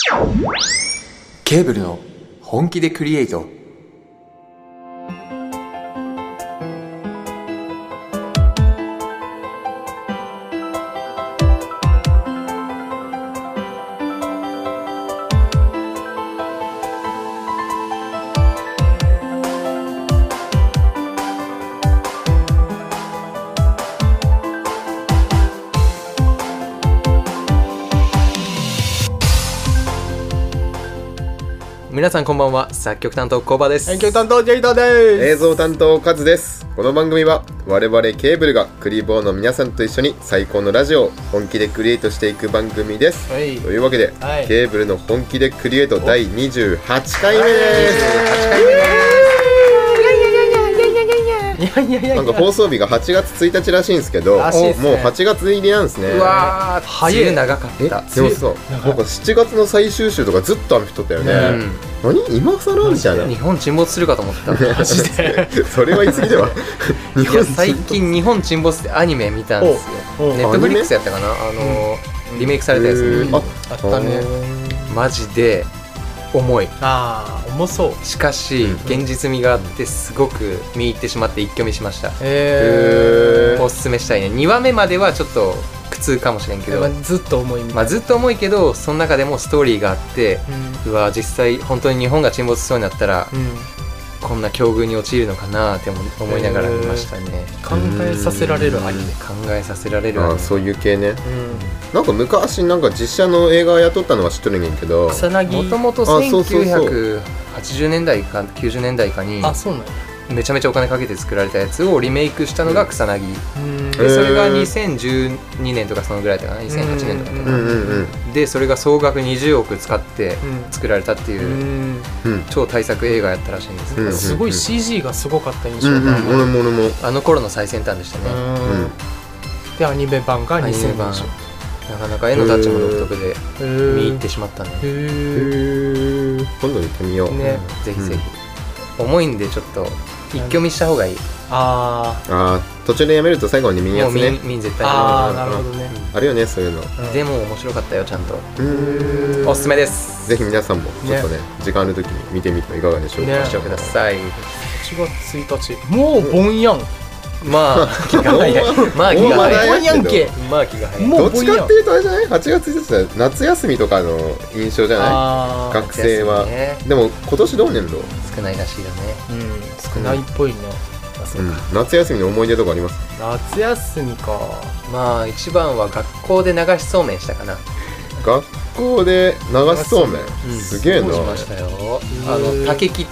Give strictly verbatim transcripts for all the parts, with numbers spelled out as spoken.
ケーブルの本気でクリエイト。皆さんこんばんは。作曲担当コバです。 編曲担当ジェイタです。 映像担当カズです。この番組は我々ケーブルがクリボーの皆さんと一緒に最高のラジオを本気でクリエイトしていく番組です、はい、というわけで、はい、ケーブルの本気でクリエイトだいにじゅうはちかいめです。はちかいめです。いやいやいやいや、なんか放送日がはちがつついたちらしいんですけど、らしいですね、もうはちがつ入りなんですね。 うわー、早い。長かった。 でもそう、なんかしちがつの最終週とかずっと雨降っとったよね、うん、何今更みたいな。 日本沈没するかと思ったマジでそれは言い過ぎでは日本最近日本沈没ってアニメ見たんですよ。ネットフリックスやったかな、あのー、リメイクされたやつ。 あ、あったね。 マジで重い。 ああ、重そう。 しかし、うん、現実味があってすごく見入ってしまって一挙見しました。 へー、 おすすめしたいね。にわめまではちょっと苦痛かもしれんけど、 まあ、ずっと重いみたいな、 まあ、ずっと重いけどその中でもストーリーがあって、うん、うわ実際本当に日本が沈没しそうになったら、うん、こんな境遇に陥るのかなって思いながら見ましたね。 考えさせられるアニメ。 考えさせられるアニメ。 あ、そういう系ね、うん、なんか昔なんか実写の映画やっとったのは知っとるんやけど、 草薙もともとせんきゅうひゃくはちじゅうねんだいかきゅうじゅうねんだいかに、 あ、そうなんや、 めちゃめちゃお金かけて作られたやつをリメイクしたのが草薙、うん、でそれがにせんじゅうにねんとかそのぐらいだったかな、にせんはちねんとかだったかな、うんうん、でそれが総額にじゅうおく使って作られたっていう、うん、超大作映画やったらしいんですけど、うん、 すごい シージー がすごかった印象が、うんうん、俺も俺もあの頃の最先端でしたね、うん、 でアニメ版がにせんねんでしょ。 なかなか絵のタッチも独特で見入ってしまったね。へー、今度見てみよう、 ね、ぜひぜひ、うん、重いんでちょっと一挙見した方がいい。 ああ、途中でやめると最後に見んやつね。 もう見ん絶対。 ああ、なるほどね。 あるよね、そういうの。 でも面白かったよ、ちゃんと。おすすめです。 ぜひ皆さんもちょっとね、時間ある時に見てみてはいかがでしょうか。 ご視聴ください。はちがつついたち、もう盆やん。 まあ気が早い。まあ気が早い。 盆やんけ。 まあ気が早い。 どっちかっていうとあれじゃない？はちがつついたちは夏休みとかの印象じゃない？学生は。でも今年どう年度？ 少ないらしいよね。 うん、少ないっぽいね。 うん、夏休みの思い出とかあります？ 夏休みか、 まあ一番は学校で流しそうめんしたかな。 学校で流しそうめん、うん、すげえな。 しましたよ。あの竹切って、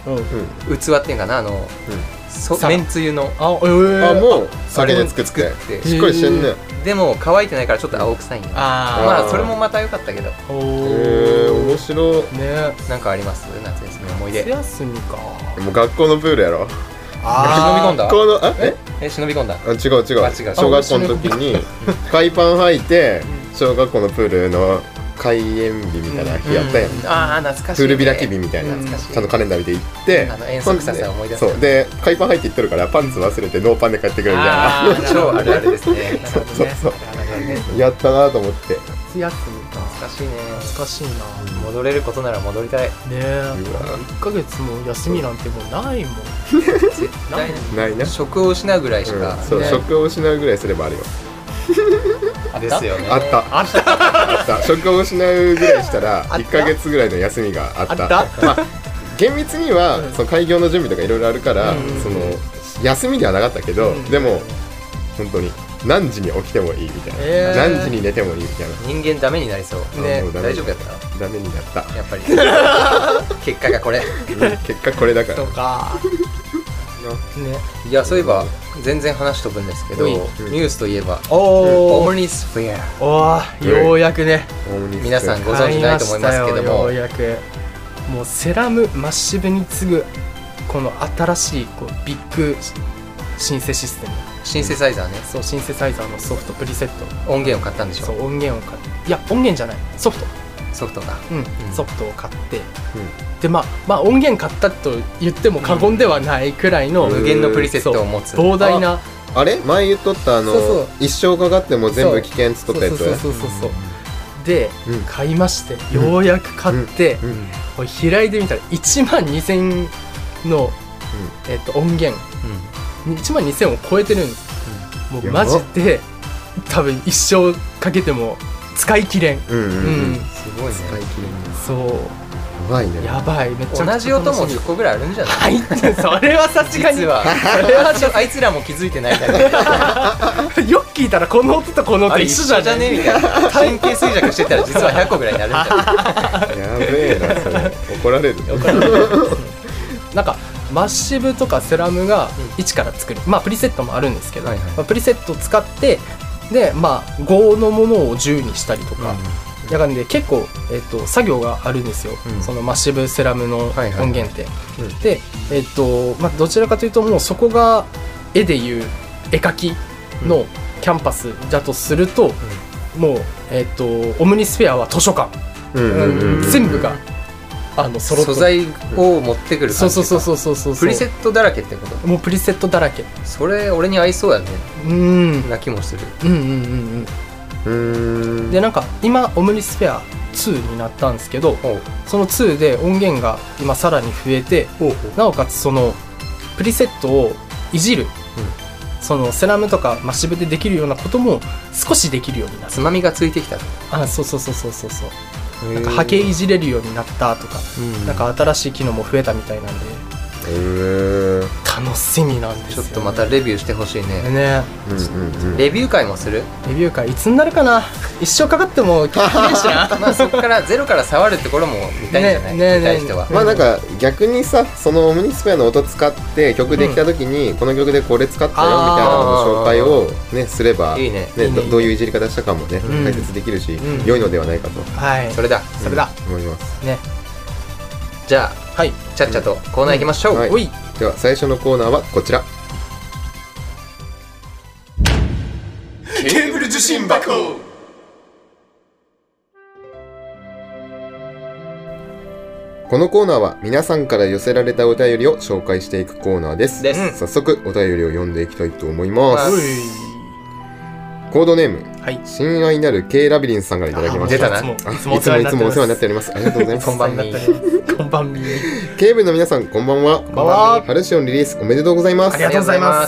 うん、器っていうかな、あの、うん、そめんつゆのあ,、えー、 あもう酒で作って、ってしっかりしてんね。 でも乾いてないからちょっと青臭いんよ。あまあそれもまた良かったけど。へえ、面白いね。なんかあります？夏休みの思い出。 夏休みか。 もう学校のプールやろ。 あ忍び込んだ。 学校のあええ忍び込んだ。 あ違う違う。あ違う。小学校の時に海パン履いて小学校のプールの開園日みたいな日やったやん。 ああ懐かしい。 プール開き日みたいな。ちゃんとカレンダー見て行って。 あの遠足させ思い出す。 そうで海パン履いて行ってるからパンツ忘れてノーパンで帰ってくるみたいな。 超あるあるですね。 そうそうそう。やったなと思って。 夏休みか。 懐かしいね。 懐かしいな。 戻れることなら戻りたい。ねえ。いっかげつも休みなんてもうないもん。 絶対ないな。 職を失うぐらいしか。 そう職を失うぐらいすればあるよ。 ですよね。 あったあったあった職を失うぐらいしたらいっかげつぐらいの休みがあった。あった、まあ、厳密にはその開業の準備とかいろいろあるから、うん、その休みではなかったけど、うん、でも本当に何時に起きてもいいみたいな、えー、何時に寝てもいいみたいな。 人間ダメになりそうね。大丈夫やった？ ダメになったやっぱり結果がこれ結果これだから。 そうかね、いやそういえば全然話飛ぶんですけど、うん、ニュースといえばオムニスフェア、 おーようやくね、 皆さんご存知ないと思いますけども、 ようやくもうセラムマッシブに次ぐこの新しいこうビッグシンセシステム、 シンセサイザーね、 そうシンセサイザーのソフトプリセット、 音源を買ったんでしょ。 そう音源を買って、いや音源じゃないソフトソフトか、 うんうん、ソフトを買って、うん、でまあまあ音源買ったと言っても過言ではないくらいの、 うん、無限のプリセットを持つ膨大な、 あ, あれ前言っとったあのそうそう一生かかっても全部危険っつっとったやつ。 そうそうそうそうそうで買いまして、うん、ようやく買って、うんうん、開いてみたらいちまんにせんの、うんえー、と音源、うん、いちまんにせんを超えてるんです、うん、もうマジで多分一生かけても使い切れん、うんうんうん、 すごいね、使い切れん。 そうやばいね。 やばい、めっちゃ同じ音もじゅっこぐらいあるんじゃない？ それはさすがにはそれはあいつらも気づいてないからよく聞いたらこの音とこの音一緒じゃねみたいな神経衰弱してたら実はひゃっこぐらいになるんじゃないやべえなそれ怒られる怒られるなんかマッシブとかセラムが一から作る、まあプリセットもあるんですけど、はいはいまあ、プリセットを使ってでまあごのものをじゅうにしたりとか、うん、やがんで結構、えー、と作業があるんですよ、うん、そのマッシブセラムの音源って、はいはい、で、えーとまあ、どちらかというともうそこが絵でいう絵描きのキャンパスだとすると、うん、もう、えーとオムニスフェアは図書館、うんうんうん、全部があの揃って素材を持ってくる感じか、 そうそうそうそうそうプリセットだらけってこと？ もうプリセットだらけ。 それ俺に合いそうやね。うんな気もする。 うんうんうんうん。でなんか今オムニスフェアツーになったんですけど、そのツーで音源が今さらに増えて、なおかつそのプリセットをいじる、うん、そのセラムとかマッシブでできるようなことも少しできるようになる。 つまみがついてきた。 あ、そうそうそうそうそうそう。なんか波形いじれるようになったとか、うん、なんか新しい機能も増えたみたいなんで、へー楽しみなんですよ、ね、 ちょっとまたレビューしてほしいね。 ね、 うんうんうん、 レビュー会もする？ レビュー会いつになるかな。一生かかっても聞きないしなまあそこからゼロから触るところも見たいんじゃない？ねねね見たい人は。 まあなんか逆にさ、そのオムニスフェアの音使って曲できた時に、うん、この曲でこれ使ったよみたいなの紹介をねすれば、いいね、ね、いいね、ど, どういういじり方したかもね、うん、解説できるし、うん、良いのではないかと、 はい、 それだそれだ、 うん、思いますね。 じゃあ、はい、ちゃっちゃとコーナー行きましょう、うんはい、 おいでは最初のコーナーはこちら、 ケーブル受信箱。 このコーナーは皆さんから寄せられたお便りを紹介していくコーナーです。です。早速お便りを読んでいきたいと思います。コードネーム、はい、親愛なる K ラビリンスさんからいただきました。 出たな。 いつもいつもいつもお世話になっております。ありがとうございます。 こんばんみこんばんみケーブルの皆さんこんばんは。 こんばんは。 ハルシオンリリースおめでとうございます。 ありがとうございます。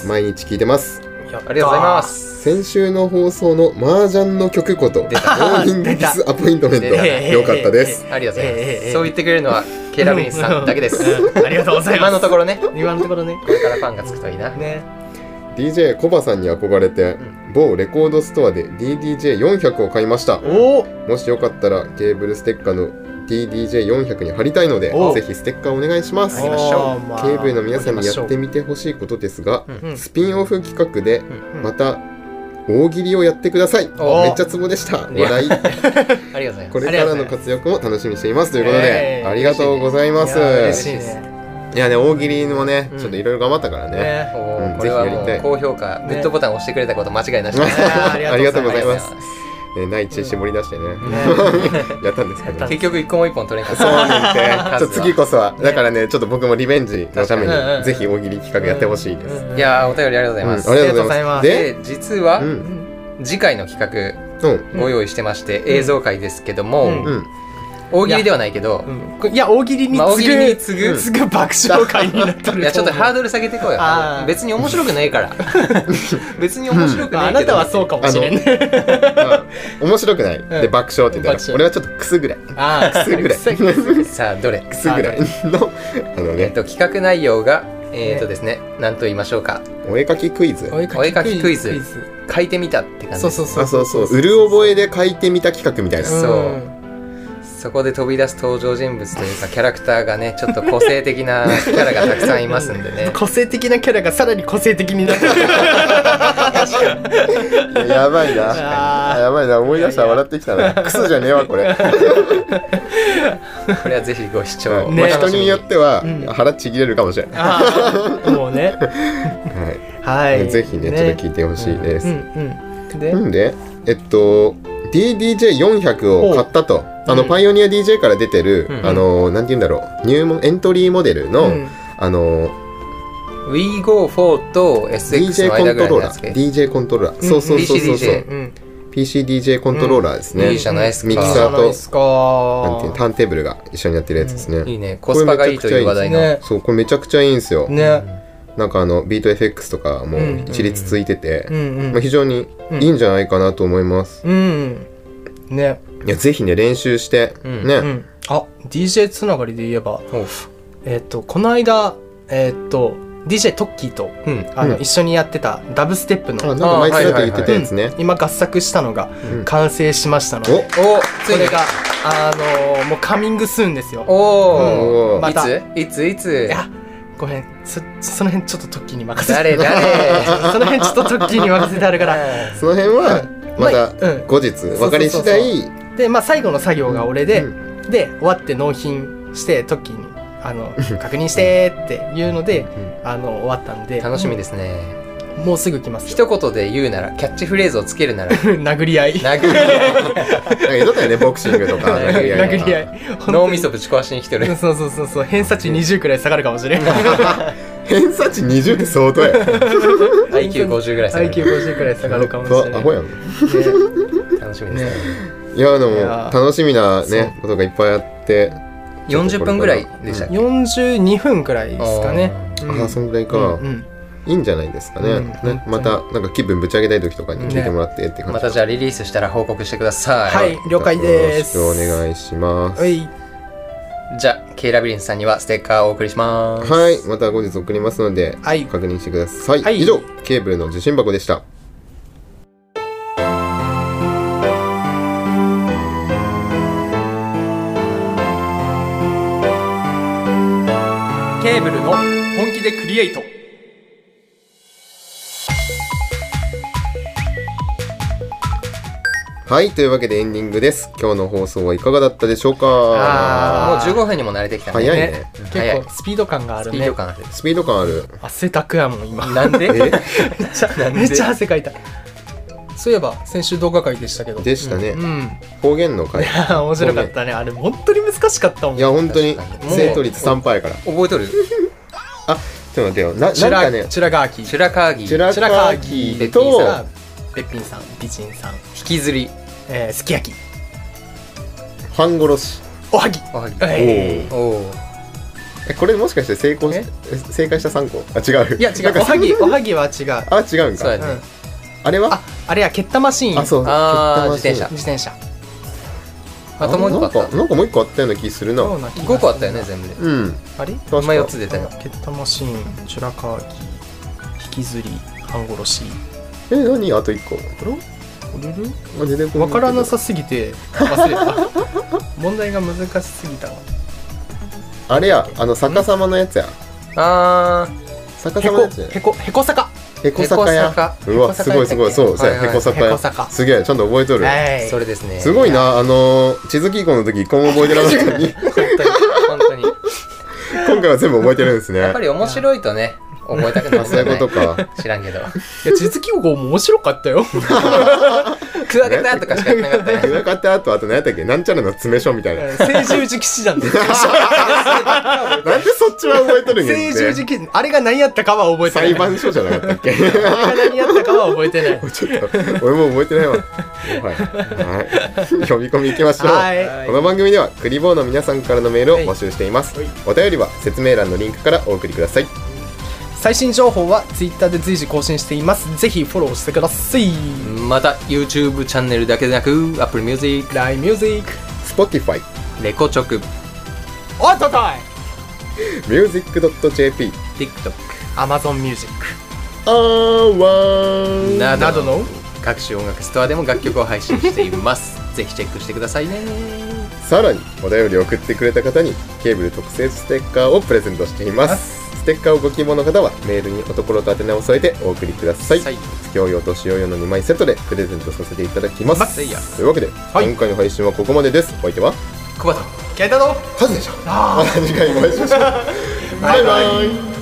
毎日聞いてます。 ありがとうございます。 先週の放送の麻雀の曲ことモーニングキスアポイントメント良かったです。 ありがとうございます。そう言ってくれるのはケイラビリンスさんだけです。 ありがとうございます。 今のところね。 今のところね。 これからファンがつくといいな。 ね。 ディージェー コバさんに憧れて、うん、某レコードストアで ディーディージェーよんひゃく を買いました。 おもしよかったらケーブルステッカーの ディーディージェーよんひゃく に貼りたいので、ぜひステッカーお願いします。 貼りましょう。 ケーブルの皆さんにやってみてほしいことですが、うん、スピンオフ企画でまた大喜利をやってください。めっちゃツボでした。笑い。 ありがとうございます。 これからの活躍も楽しみにしていますということで、ありがとうございます。 嬉しいね。 いやね、大喜利もね、ちょっといろいろ頑張ったからね。 ねうん、ぜひやりたい。高評価、グッドボタンを押してくれたこと間違いなしです。 ありがとうございます。ね、内地絞り出してね、やったんですけど、 結局一個も一本取れなかった。 そうねって、ちょっと次こそは、だからね、ちょっと僕もリベンジのためにぜひ大喜利企画やってほしいです。 いやー、お便りありがとうございます。 ありがとうございます。 で、実は次回の企画ご用意してまして、映像回ですけども。大喜利ではないけど、 うん、いや大喜利に次ぐ次ぐ爆笑会になってる。 いやちょっとハードル下げていこうよ。別に面白くないから別に面白くないけど、 あなたはそうかもしれんね。 面白くないで爆笑って言ったら俺はちょっとクスぐらい、 あクスぐらいさあどれクスぐらいのあのね、 企画内容がえっとですね、何と言いましょうか。 お絵かきクイズ。 お絵かきクイズ書いてみたって感じ。 そうそうそうそうそう、うる覚えで書いてみた企画みたいな。 そう、そこで飛び出す登場人物というかキャラクターがね、ちょっと個性的なキャラがたくさんいますんでね個性的なキャラがさらに個性的になってるやばいな、やばいな、思い出したら笑ってきたな。クスじゃねえわこれこれはぜひご視聴、 ね、人によっては腹ちぎれるかもしれない、 うん、もうねはい、はい、ぜひね、ね、ちょっと聞いてほしいです。 うんうん、で、 んでえっと ディーディージェーよんひゃく を買ったと、あの、うん、パイオニア ディージェー から出てる、うん、あのなんて言うんだろう、入門エントリーモデルの、うん、あのウィーゴーフォー と エスエックス の間ぐらいのやつ。 ディージェー コントローラー、そうそうそうそうそう、うん、 ピーシーディージェー コントローラーですね、 いいじゃないですか。 ミキサーといいじゃないですかなんていうターンテーブルが一緒になってるやつですね、 いいね、コスパがいいという話題の。 ねそうこれめちゃくちゃいいんですよ、 ね。 なんかあのビート エフエックス とかも一律ついてて、 うんうんまあ、非常にいいんじゃないかなと思います、 うんね。 いやぜひね練習して、 うんね、 うんあ ディージェー つながりで言えばほうえっとこの間えっと ディージェー トッキーとうんあのうん一緒にやってたダブステップあのなんか前つだと言ってたやつね、 今合作したのがうん完成しましたので、 おおついにこれがあのもうカミングスーンですよ。 おお、 うんまたいついついついやごめんそその辺ちょっとトッキーに任せて誰誰その辺ちょっとトッキーに任せてあるからその辺はまたうん後日分かり次第でまあ最後の作業が俺で、 うで終わって納品してトッキーにあの確認してっていうのであの終わったんで楽しみですね。 もうすぐ来ますよ。 一言で言うなら、キャッチフレーズをつけるなら殴り合い殴り合いなんか言っとったよねボクシングとか殴り合い殴り合い脳みそぶち壊しに来てる。 そうそうそうそう偏差値にじゅうくらい下がるかもしれない偏差値にじゅうって相当やアイキューごじゅう ぐらい下がアイキューごじゅう くらい下がるかもしれないアホやんね楽しみですね。 いやでもいや楽しみなそうねことがいっぱいあってよんじゅっぷんぐらいでしたっけ？ よんじゅうにふんくらいですかね。 ああそんぐらいか、 うんうんいいんじゃないですかね,、 うんねまたなんか気分ぶち上げたい時とかに聞いてもらってって感じ、 またじゃあリリースしたら報告してください。 はい了解です。 よろしくお願いします。 はいじゃあ K ラビリンスさんにはステッカーをお送りします。 はい、また後日送りますので、 はい確認してください。 はい以上、ケーブルの受信箱でした。 ケーブルの本気でクリエイト。 はい、というわけでエンディングです。今日の放送はいかがだったでしょうか。 あもうじゅうごふんにも慣れてきたね。 早いねねうん早い結構スピード感があスるね。 ピード感ある。 スピード感ある。 汗だくやもん今。 なんで？ えめっちゃなんでめっちゃ汗かいた。そういえば先週動画会でしたけど。 でしたね。 うん。 方言の回。 いや面白かったね。あれ本当に難しかったもん。 いや、本当に確かに正答率さんパーセントやから。 覚えとる？ あ、ちょっと待ってよ。な、 チュラなんかね、 チュラガーキー。 チュラカーギー、 チュラカーキーと、 がべっぴんさん、美人さん、 引きずり、 えー、すき焼き、 半殺し。 おはぎ。 おはぎ。 えおお。 え、これもしかして成功しええ正解したさんこあ、違う。 いや違う。 なんかおはぎおはぎは違う。 あ、違うんか。 そうやね。 うん。 あれはああれやケッタマシーン。 あ、そう。 あー結果は自転車自転車。 あともう一個あったなんか、なんかもう一個あったような気するな。 そうな気がするごこあったよね全部で。 うん。 あれ？ 確か今よっつ出たよ。 ケッタマシーン、チュラカーキ引きずり、半殺し。 え、何あと一個。 これ？これる？ あ全然これわからなさすぎて忘れた。問題が難しすぎたわ。 あれや、あの逆さまのやつや。 あ逆へこさまのやつや。 へこへこ坂。 へこ坂やへこ坂。 うわ、すごいすごい。そう、そうや、 はいはいへこ坂や。 へこ坂すげえ、ちゃんと覚えとる。 はい。 ー、それですね。 すごいな、あのー、地図記号の時一個も覚えてなかったのに、 本当に本当に。 今回は全部覚えてるんですね。 やっぱり面白いとね、覚えたくなるんそういうことか。 知らんけど。 いや地図記号も面白かったよ。 クワガタとかしかやってなかったよ。 上かってあと、あと何やったっけなんちゃらの詰め所みたいな。 青十字騎士団で。 なんでそっちは覚えとるんや青っ十字騎士あれが何やったかは覚えてない。 裁判所じゃなかったっけあれが何やったかは覚えてない。 ちょっと、俺も覚えてないわ。はい。はい。呼び込み行きましょう。 はいこの番組ではクリボーの皆さんからのメールを募集しています。 はいお便りは説明欄のリンクからお送りください。 最新情報はツイッターで随時更新しています。ぜひフォローしてください。 また YouTube チャンネルだけでなく Apple Music、 ラインミュージック。 Spotify、 レコチョク、 おっとたい。 ミュージックドットジェーピー、 TikTok Amazon Music あーわーなどなどの各種音楽ストアでも楽曲を配信しています。ぜひチェックしてくださいね。 さらにお便りを送ってくれた方にケーブル特製ステッカーをプレゼントしています。ステッカーをご希望の方はメールにおところと宛名を添えてお送りください。 はい月用用と使用用のにまいセットでプレゼントさせていただきます。 まっせいやというわけで、 はい今回の配信はここまでです。お相手は久保田ケイタのカズでした。 あまた次回お会いしましょう。バイバイ。